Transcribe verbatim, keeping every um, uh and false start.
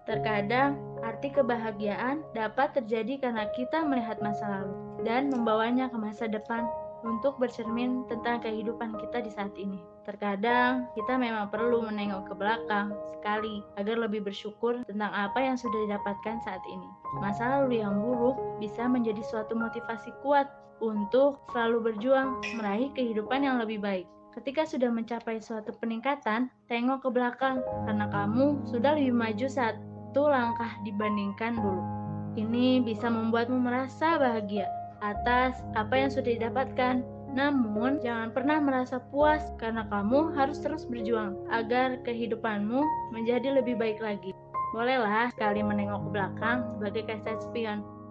Terkadang, arti kebahagiaan dapat terjadi karena kita melihat masa lalu dan membawanya ke masa depan untuk bercermin tentang kehidupan kita di saat ini. Terkadang, kita memang perlu menengok ke belakang sekali agar lebih bersyukur tentang apa yang sudah didapatkan saat ini. Masa lalu yang buruk bisa menjadi suatu motivasi kuat untuk selalu berjuang meraih kehidupan yang lebih baik. Ketika sudah mencapai suatu peningkatan, tengok ke belakang karena kamu sudah lebih maju satu langkah dibandingkan dulu. Ini bisa membuatmu merasa bahagia atas apa yang sudah didapatkan. Namun, jangan pernah merasa puas karena kamu harus terus berjuang agar kehidupanmu menjadi lebih baik lagi. Bolehlah sekali menengok ke belakang sebagai kaca spion.